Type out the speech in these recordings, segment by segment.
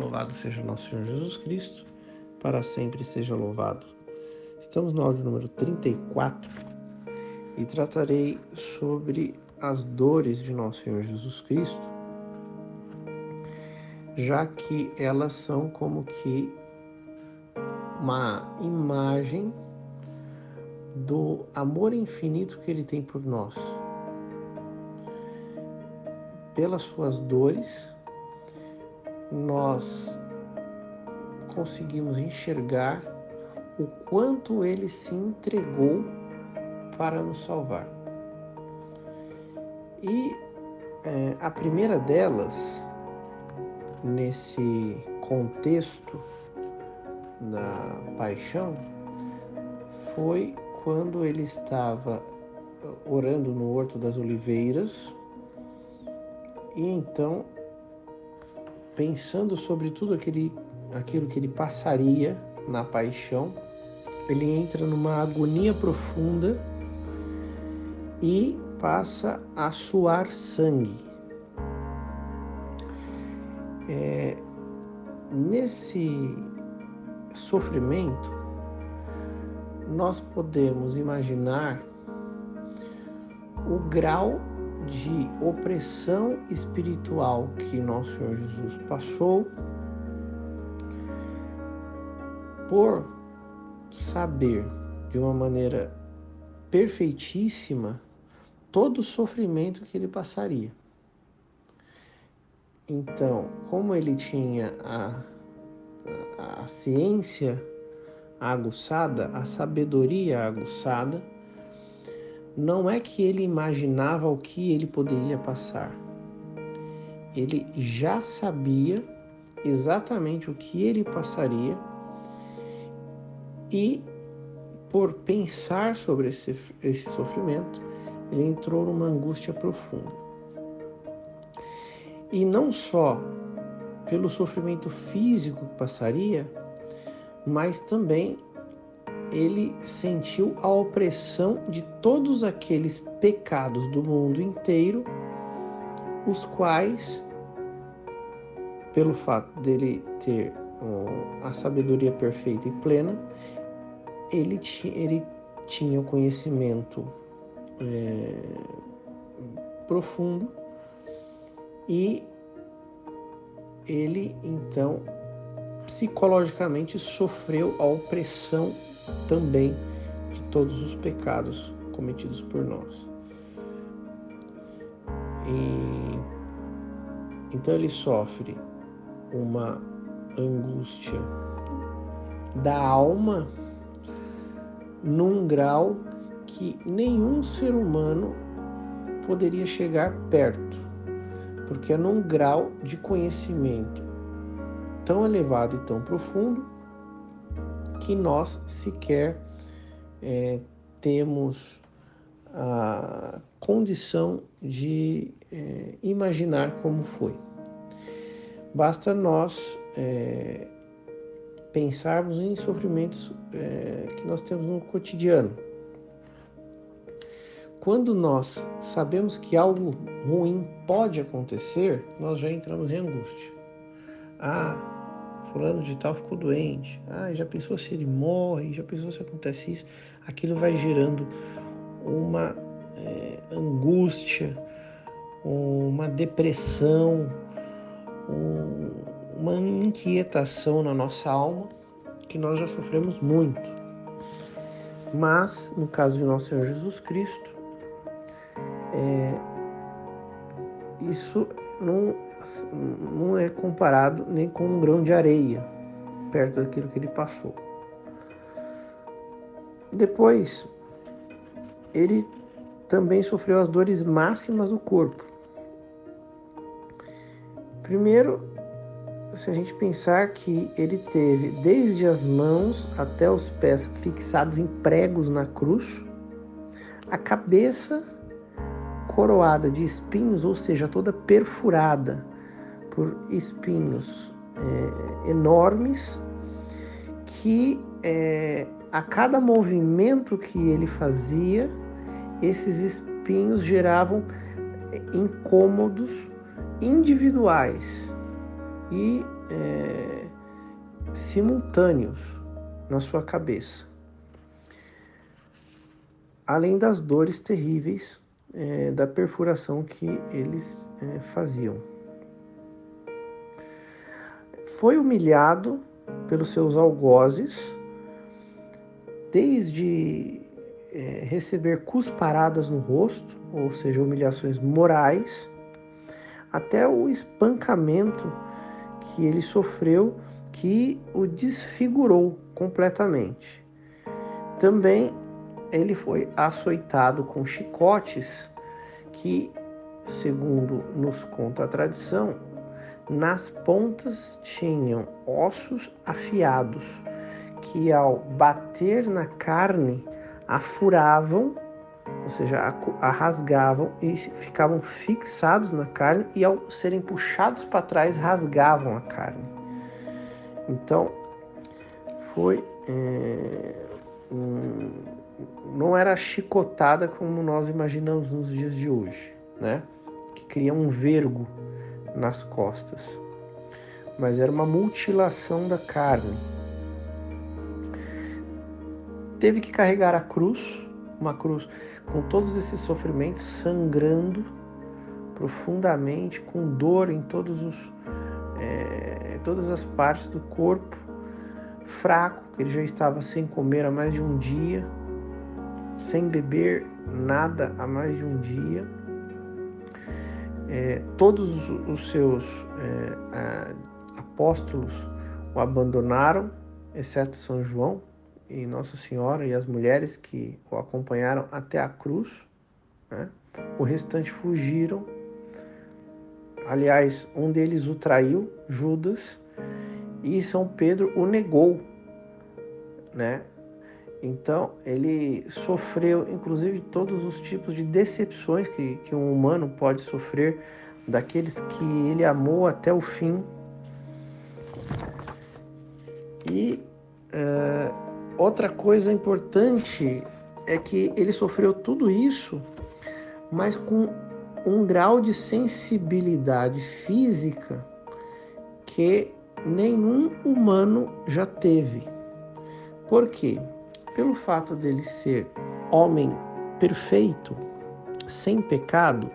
Louvado seja nosso Senhor Jesus Cristo, para sempre seja louvado. Estamos no áudio número 34 e tratarei sobre as dores de nosso Senhor Jesus Cristo, já que elas são como que uma imagem do amor infinito que Ele tem por nós. Pelas suas dores, nós conseguimos enxergar o quanto Ele se entregou para nos salvar. E a primeira delas, nesse contexto da paixão, foi quando Ele estava orando no Horto das Oliveiras e então, pensando sobre tudo aquilo que Ele passaria na paixão, Ele entra numa agonia profunda e passa a suar sangue. Nesse sofrimento, nós podemos imaginar o grau de opressão espiritual que nosso Senhor Jesus passou por saber de uma maneira perfeitíssima todo o sofrimento que Ele passaria. Então, como Ele tinha a ciência aguçada, a sabedoria aguçada, não é que Ele imaginava o que Ele poderia passar. Ele já sabia exatamente o que Ele passaria e, por pensar sobre esse sofrimento, Ele entrou numa angústia profunda. E não só pelo sofrimento físico que passaria, mas também Ele sentiu a opressão de todos aqueles pecados do mundo inteiro, os quais, pelo fato dele ter a sabedoria perfeita e plena, ele tinha o conhecimento profundo e ele, então, psicologicamente sofreu a opressão também de todos os pecados cometidos por nós. Então ele sofre uma angústia da alma num grau que nenhum ser humano poderia chegar perto, porque é num grau de conhecimento tão elevado e tão profundo que nós sequer temos a condição de imaginar como foi. Basta nós pensarmos em sofrimentos que nós temos no cotidiano. Quando nós sabemos que algo ruim pode acontecer, nós já entramos em angústia. Fulano de tal ficou doente. Já pensou se ele morre? Já pensou se acontece isso? Aquilo vai gerando uma angústia, uma depressão, uma inquietação na nossa alma, que nós já sofremos muito. Mas, no caso de nosso Senhor Jesus Cristo, isso não é comparado nem com um grão de areia perto daquilo que Ele passou. Depois, Ele também sofreu as dores máximas do corpo. Primeiro, se a gente pensar que Ele teve desde as mãos até os pés fixados em pregos na cruz, a cabeça coroada de espinhos, ou seja, toda perfurada por espinhos enormes, que a cada movimento que Ele fazia, esses espinhos geravam incômodos individuais e simultâneos na sua cabeça, além das dores terríveis da perfuração que eles faziam. Foi humilhado pelos seus algozes, desde receber cusparadas no rosto, ou seja, humilhações morais, até o espancamento que ele sofreu, que o desfigurou completamente. Também ele foi açoitado com chicotes que, segundo nos conta a tradição, nas pontas tinham ossos afiados que, ao bater na carne, a furavam, ou seja, a rasgavam e ficavam fixados na carne, e ao serem puxados para trás rasgavam a carne. Então foi não era chicotada como nós imaginamos nos dias de hoje, né? Que cria um vergo nas costas, mas era uma mutilação da carne. Teve que carregar a cruz, uma cruz com todos esses sofrimentos, sangrando profundamente, com dor em todas as partes do corpo, fraco, ele já estava sem comer há mais de um dia, sem beber nada há mais de um dia. Todos os seus apóstolos o abandonaram, exceto São João e Nossa Senhora e as mulheres que o acompanharam até a cruz, né? O restante fugiram. Aliás, um deles o traiu, Judas, e São Pedro o negou, né? Então, ele sofreu, inclusive, todos os tipos de decepções que um humano pode sofrer daqueles que ele amou até o fim. E outra coisa importante é que ele sofreu tudo isso, mas com um grau de sensibilidade física que nenhum humano já teve. Por quê? Pelo fato dele ser homem perfeito, sem pecado,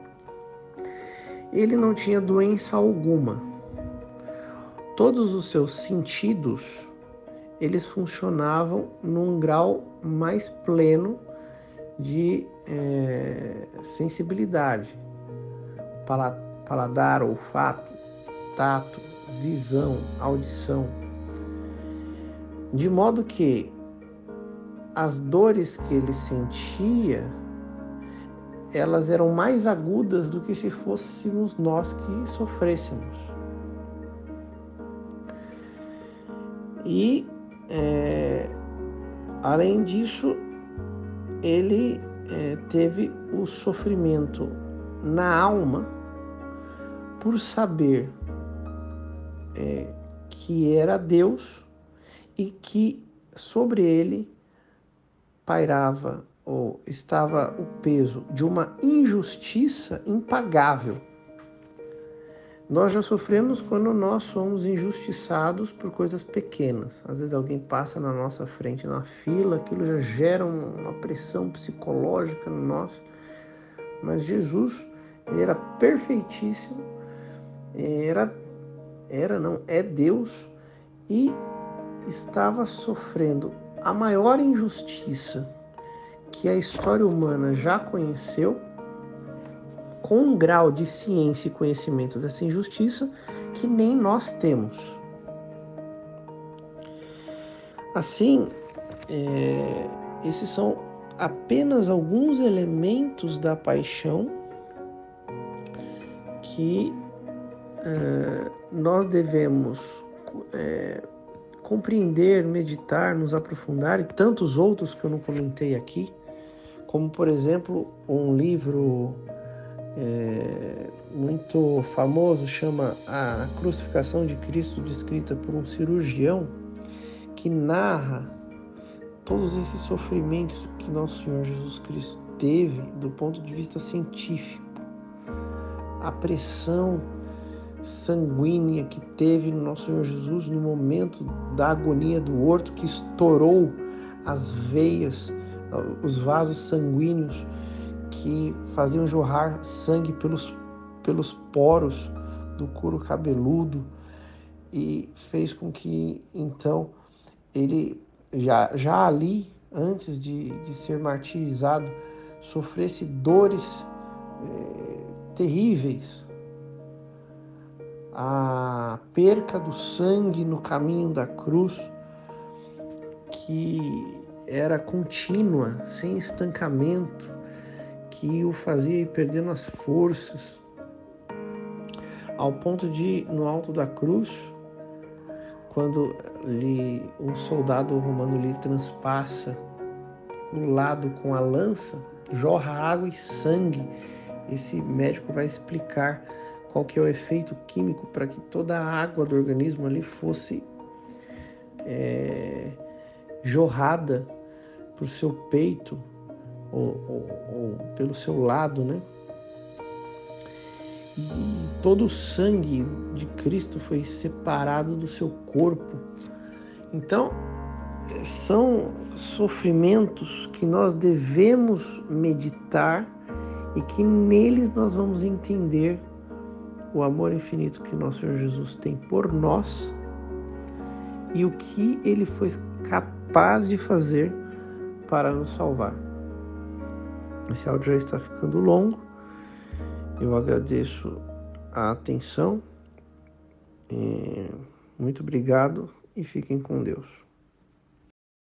ele não tinha doença alguma. Todos os seus sentidos, eles funcionavam num grau mais pleno de sensibilidade. Paladar, olfato, tato, visão, audição. De modo que as dores que ele sentia, elas eram mais agudas do que se fôssemos nós que sofrêssemos. E, além disso, ele teve o sofrimento na alma por saber que era Deus e que sobre ele pairava ou estava o peso de uma injustiça impagável. Nós já sofremos quando nós somos injustiçados por coisas pequenas. Às vezes alguém passa na nossa frente na fila, aquilo já gera uma pressão psicológica no nós. Mas Jesus, ele era perfeitíssimo, é Deus, e estava sofrendo a maior injustiça que a história humana já conheceu, com um grau de ciência e conhecimento dessa injustiça que nem nós temos. Assim, esses são apenas alguns elementos da paixão que nós devemos compreender, meditar, nos aprofundar, e tantos outros que eu não comentei aqui, como, por exemplo, um livro muito famoso, chama A Crucificação de Cristo, descrita por um cirurgião, que narra todos esses sofrimentos que Nosso Senhor Jesus Cristo teve do ponto de vista científico, a pressão sanguínea que teve no nosso Senhor Jesus no momento da agonia do horto, que estourou as veias, os vasos sanguíneos que faziam jorrar sangue pelos poros do couro cabeludo, e fez com que, então, ele já ali, antes de ser martirizado, sofresse dores terríveis. A perca do sangue no caminho da cruz, que era contínua, sem estancamento, que o fazia ir perdendo as forças, ao ponto de, no alto da cruz, quando um soldado romano lhe transpassa o lado com a lança, jorra água e sangue. Esse médico vai explicar qual que é o efeito químico para que toda a água do organismo ali fosse jorrada por seu peito ou pelo seu lado, né? E todo o sangue de Cristo foi separado do seu corpo. Então, são sofrimentos que nós devemos meditar e que neles nós vamos entender o amor infinito que nosso Senhor Jesus tem por nós e o que ele foi capaz de fazer para nos salvar. Esse áudio já está ficando longo. Eu agradeço a atenção. Muito obrigado e fiquem com Deus.